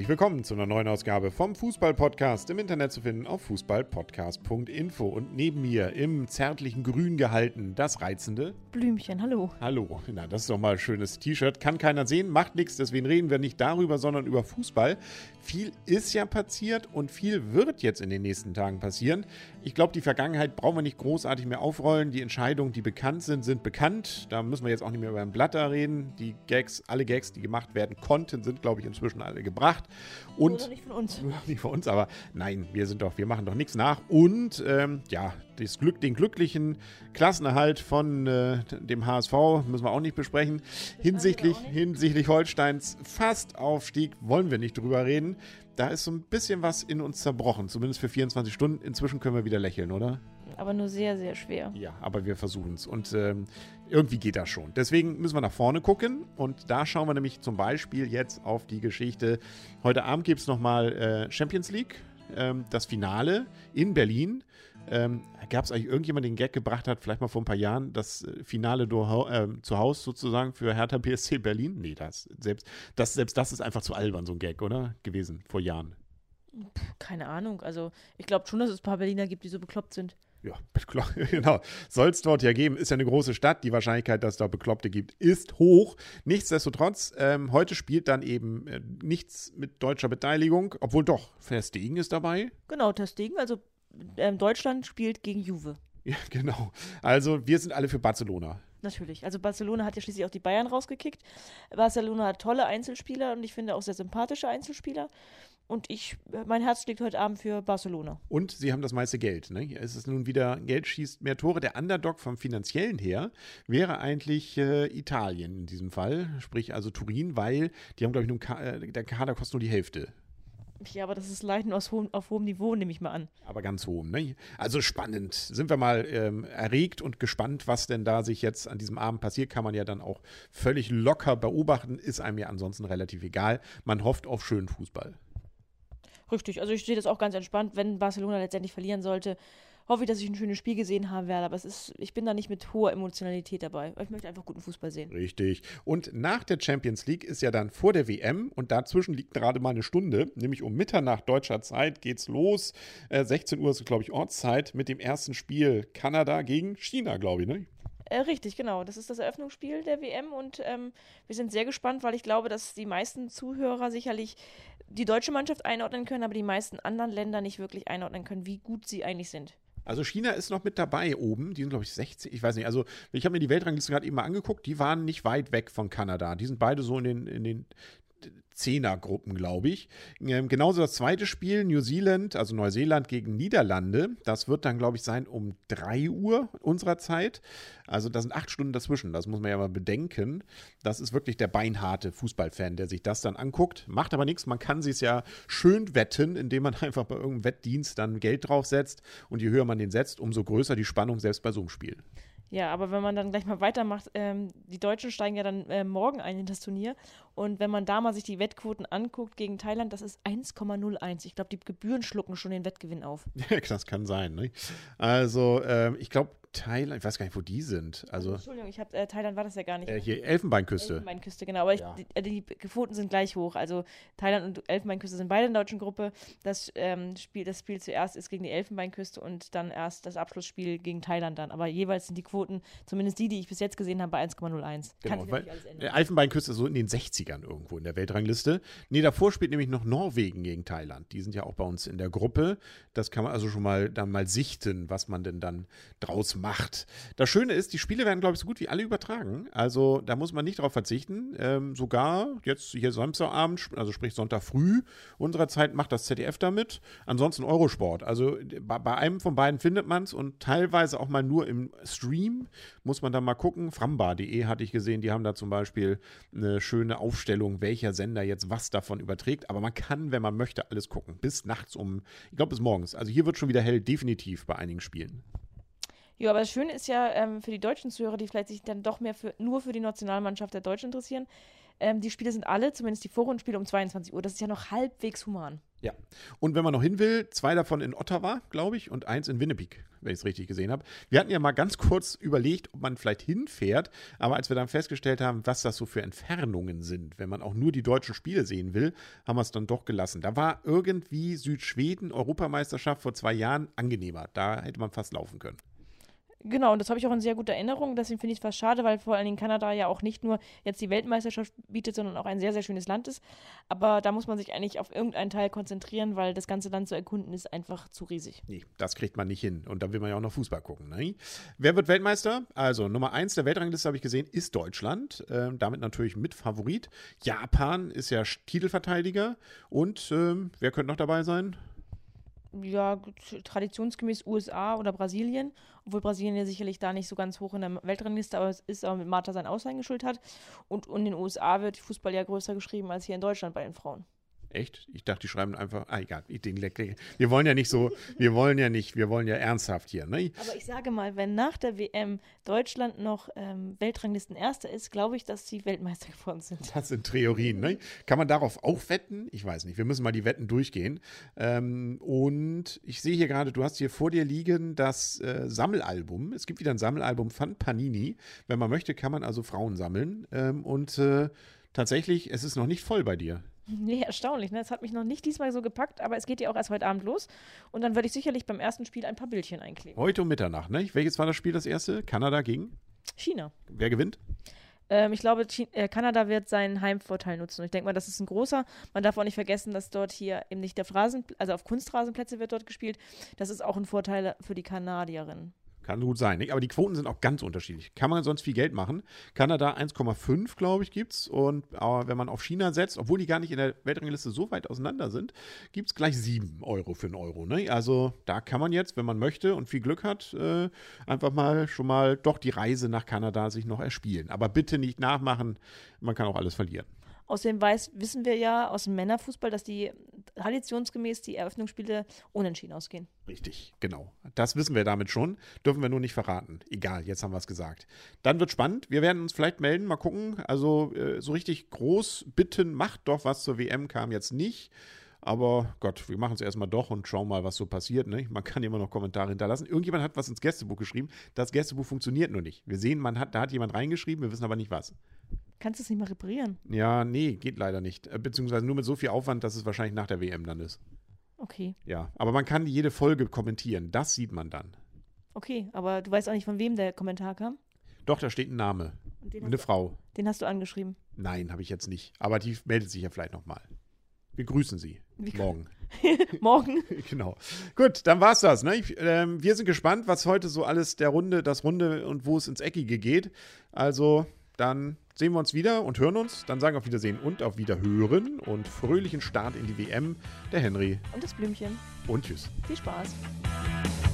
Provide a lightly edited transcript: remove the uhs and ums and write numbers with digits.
Herzlich willkommen zu einer neuen Ausgabe vom Fußball-Podcast, im Internet zu finden auf fußballpodcast.info. Und neben mir im zärtlichen Grün gehalten das reizende Blümchen, hallo. Hallo, na das ist doch mal ein schönes T-Shirt, kann keiner sehen, macht nichts, deswegen reden wir nicht darüber, sondern über Fußball. Viel ist ja passiert und viel wird jetzt in den nächsten Tagen passieren. Ich glaube, die Vergangenheit brauchen wir nicht großartig mehr aufrollen. Die Entscheidungen, die bekannt sind, sind bekannt. Da müssen wir jetzt auch nicht mehr über ein Blatter reden. Die Gags, alle Gags, die gemacht werden konnten, sind, glaube ich, inzwischen alle gebracht. Und oder nicht von uns. Nicht von uns, aber nein, wir machen doch nichts nach. Und den glücklichen Klassenerhalt von dem HSV müssen wir auch nicht besprechen. Hinsichtlich Holsteins Fast-Aufstieg wollen wir nicht drüber reden. Da ist so ein bisschen was in uns zerbrochen, zumindest für 24 Stunden. Inzwischen können wir wieder lächeln, oder? Aber nur sehr, sehr schwer. Ja, aber wir versuchen es und irgendwie geht das schon. Deswegen müssen wir nach vorne gucken und da schauen wir nämlich zum Beispiel jetzt auf die Geschichte. Heute Abend gibt es nochmal Champions League, das Finale in Berlin. Gab es eigentlich irgendjemand, der den Gag gebracht hat, vielleicht mal vor ein paar Jahren, das Finale zu Hause sozusagen für Hertha BSC Berlin? Nee, selbst das ist einfach zu albern, so ein Gag, oder? Gewesen, vor Jahren. Keine Ahnung, also ich glaube schon, dass es ein paar Berliner gibt, die so bekloppt sind. Ja, genau. Soll es dort ja geben. Ist ja eine große Stadt. Die Wahrscheinlichkeit, dass es da Bekloppte gibt, ist hoch. Nichtsdestotrotz, heute spielt dann eben nichts mit deutscher Beteiligung. Obwohl doch, Ter Stegen ist dabei. Genau, Ter Stegen. Also Deutschland spielt gegen Juve. Ja, genau. Also wir sind alle für Barcelona. Natürlich. Also Barcelona hat ja schließlich auch die Bayern rausgekickt. Barcelona hat tolle Einzelspieler und ich finde auch sehr sympathische Einzelspieler. Und mein Herz schlägt heute Abend für Barcelona. Und sie haben das meiste Geld. Ne? Es ist nun wieder, Geld schießt mehr Tore. Der Underdog vom Finanziellen her wäre eigentlich Italien in diesem Fall. Sprich also Turin, weil die haben, glaube ich, der Kader kostet nur die Hälfte. Ja, aber das ist Leiden auf hohem Niveau, nehme ich mal an. Aber ganz hohem, ne? Also spannend. Sind wir mal erregt und gespannt, was denn da sich jetzt an diesem Abend passiert. Kann man ja dann auch völlig locker beobachten. Ist einem ja ansonsten relativ egal. Man hofft auf schönen Fußball. Richtig, also ich sehe das auch ganz entspannt. Wenn Barcelona letztendlich verlieren sollte, hoffe ich, dass ich ein schönes Spiel gesehen haben werde. Aber ich bin da nicht mit hoher Emotionalität dabei. Ich möchte einfach guten Fußball sehen. Richtig. Und nach der Champions League ist ja dann vor der WM und dazwischen liegt gerade mal eine Stunde, nämlich um Mitternacht deutscher Zeit geht's los. 16 Uhr ist, glaube ich, Ortszeit mit dem ersten Spiel Kanada gegen China, glaube ich, ne? Richtig, genau. Das ist das Eröffnungsspiel der WM und wir sind sehr gespannt, weil ich glaube, dass die meisten Zuhörer sicherlich die deutsche Mannschaft einordnen können, aber die meisten anderen Länder nicht wirklich einordnen können, wie gut sie eigentlich sind. Also China ist noch mit dabei oben, die sind glaube ich 16, ich weiß nicht, also ich habe mir die Weltrangliste gerade eben mal angeguckt, die waren nicht weit weg von Kanada, die sind beide so in den Zehnergruppen, glaube ich. Genauso das zweite Spiel, Neuseeland gegen Niederlande. Das wird dann, glaube ich, sein um 3 Uhr unserer Zeit. Also da sind 8 Stunden dazwischen. Das muss man ja mal bedenken. Das ist wirklich der beinharte Fußballfan, der sich das dann anguckt. Macht aber nichts. Man kann sich ja schön wetten, indem man einfach bei irgendeinem Wettdienst dann Geld draufsetzt. Und je höher man den setzt, umso größer die Spannung selbst bei so einem Spiel. Ja, aber wenn man dann gleich mal weitermacht, die Deutschen steigen ja dann morgen ein in das Turnier und wenn man da mal sich die Wettquoten anguckt gegen Thailand, das ist 1,01. Ich glaube, die Gebühren schlucken schon den Wettgewinn auf. Ja, das kann sein, ne? Also, ich glaube, Thailand, ich weiß gar nicht, wo die sind. Also, Entschuldigung, Thailand war das ja gar nicht. Hier, Elfenbeinküste. Elfenbeinküste, genau, aber ja. Die Quoten sind gleich hoch. Also Thailand und Elfenbeinküste sind beide in der deutschen Gruppe. Das Spiel zuerst ist gegen die Elfenbeinküste und dann erst das Abschlussspiel gegen Thailand dann. Aber jeweils sind die Quoten, zumindest die ich bis jetzt gesehen habe, bei 1,01. Genau, weil Elfenbeinküste ist so in den 60ern irgendwo in der Weltrangliste. Nee, davor spielt nämlich noch Norwegen gegen Thailand. Die sind ja auch bei uns in der Gruppe. Das kann man also schon mal dann mal sichten, was man denn dann draus macht. Das Schöne ist, die Spiele werden, glaube ich, so gut wie alle übertragen. Also da muss man nicht drauf verzichten. Sogar jetzt hier Samstagabend, also sprich Sonntag früh unserer Zeit, macht das ZDF damit. Ansonsten Eurosport. Also bei einem von beiden findet man es und teilweise auch mal nur im Stream muss man da mal gucken. Framba.de hatte ich gesehen, die haben da zum Beispiel eine schöne Aufstellung, welcher Sender jetzt was davon überträgt. Aber man kann, wenn man möchte, alles gucken. Bis nachts ich glaube bis morgens. Also hier wird schon wieder hell, definitiv bei einigen Spielen. Ja, aber das Schöne ist ja für die deutschen Zuhörer, die vielleicht sich dann doch mehr nur für die Nationalmannschaft der Deutschen interessieren, Die Spiele sind alle, zumindest die Vorrundenspiele, um 22 Uhr. Das ist ja noch halbwegs human. Ja. Und wenn man noch hin will, 2 davon in Ottawa, glaube ich, und 1 in Winnipeg, wenn ich es richtig gesehen habe. Wir hatten ja mal ganz kurz überlegt, ob man vielleicht hinfährt, aber als wir dann festgestellt haben, was das so für Entfernungen sind, wenn man auch nur die deutschen Spiele sehen will, haben wir es dann doch gelassen. Da war irgendwie Südschweden, Europameisterschaft vor 2 Jahren angenehmer. Da hätte man fast laufen können. Genau, und das habe ich auch in sehr guter Erinnerung. Deswegen finde ich es fast schade, weil vor allen Dingen Kanada ja auch nicht nur jetzt die Weltmeisterschaft bietet, sondern auch ein sehr, sehr schönes Land ist. Aber da muss man sich eigentlich auf irgendeinen Teil konzentrieren, weil das ganze Land zu erkunden ist einfach zu riesig. Nee, das kriegt man nicht hin. Und dann will man ja auch noch Fußball gucken. Ne? Wer wird Weltmeister? Also Nummer 1 der Weltrangliste, habe ich gesehen, ist Deutschland. Damit natürlich mit Favorit. Japan ist ja Titelverteidiger. Und wer könnte noch dabei sein? Ja, traditionsgemäß USA oder Brasilien, obwohl Brasilien ja sicherlich da nicht so ganz hoch in der Weltrangliste, aber es ist auch mit Martha sein Aushängeschild hat. Und in den USA wird Fußball ja größer geschrieben als hier in Deutschland bei den Frauen. Echt? Ich dachte, die schreiben einfach, egal, wir wollen ja nicht so, wir wollen ja ernsthaft hier, ne? Aber ich sage mal, wenn nach der WM Deutschland noch Weltranglisten-Erster ist, glaube ich, dass sie Weltmeister geworden sind. Das sind Theorien, ne? Kann man darauf auch wetten? Ich weiß nicht, wir müssen mal die Wetten durchgehen. Und ich sehe hier gerade, du hast hier vor dir liegen das Sammelalbum. Es gibt wieder ein Sammelalbum von Panini. Wenn man möchte, kann man also Frauen sammeln. Tatsächlich, es ist noch nicht voll bei dir. Nee, erstaunlich, ne? Es hat mich noch nicht diesmal so gepackt, aber es geht ja auch erst heute Abend los. Und dann werde ich sicherlich beim ersten Spiel ein paar Bildchen einkleben. Heute um Mitternacht, ne? Welches war das Spiel, das erste? Kanada gegen? China. Wer gewinnt? Ich glaube, Kanada wird seinen Heimvorteil nutzen. Und ich denke mal, das ist ein großer. Man darf auch nicht vergessen, dass dort hier eben nicht also auf Kunstrasenplätze wird dort gespielt. Das ist auch ein Vorteil für die Kanadierinnen. Kann gut sein, nicht? Aber die Quoten sind auch ganz unterschiedlich. Kann man sonst viel Geld machen. Kanada 1,5, glaube ich, gibt's. Und wenn man auf China setzt, obwohl die gar nicht in der Weltrangliste so weit auseinander sind, gibt es gleich 7 Euro für einen Euro. Ne? Also da kann man jetzt, wenn man möchte und viel Glück hat, einfach mal schon mal doch die Reise nach Kanada sich noch erspielen. Aber bitte nicht nachmachen, man kann auch alles verlieren. Außerdem wissen wir ja aus dem Männerfußball, dass die traditionsgemäß die Eröffnungsspiele unentschieden ausgehen. Richtig, genau. Das wissen wir damit schon. Dürfen wir nur nicht verraten. Egal, jetzt haben wir es gesagt. Dann wird spannend. Wir werden uns vielleicht melden, mal gucken. Also so richtig groß bitten, macht doch was zur WM kam jetzt nicht. Aber Gott, wir machen es erstmal doch und schauen mal, was so passiert. Ne? Man kann immer noch Kommentare hinterlassen. Irgendjemand hat was ins Gästebuch geschrieben. Das Gästebuch funktioniert nur nicht. Wir sehen, da hat jemand reingeschrieben, wir wissen aber nicht was. Kannst du es nicht mal reparieren? Ja, nee, geht leider nicht. Beziehungsweise nur mit so viel Aufwand, dass es wahrscheinlich nach der WM dann ist. Okay. Ja, aber man kann jede Folge kommentieren. Das sieht man dann. Okay, aber du weißt auch nicht, von wem der Kommentar kam? Doch, da steht ein Name. Eine Frau. Den hast du angeschrieben? Nein, habe ich jetzt nicht. Aber die meldet sich ja vielleicht nochmal. Wir grüßen sie. Morgen. Morgen? Genau. Gut, dann war's das. Ne? Wir sind gespannt, was heute so alles das Runde und wo es ins Eckige geht. Also, dann sehen wir uns wieder und hören uns. Dann sagen wir auf Wiedersehen und auf Wiederhören und fröhlichen Start in die WM. Der Henry. Und das Blümchen. Und tschüss. Viel Spaß.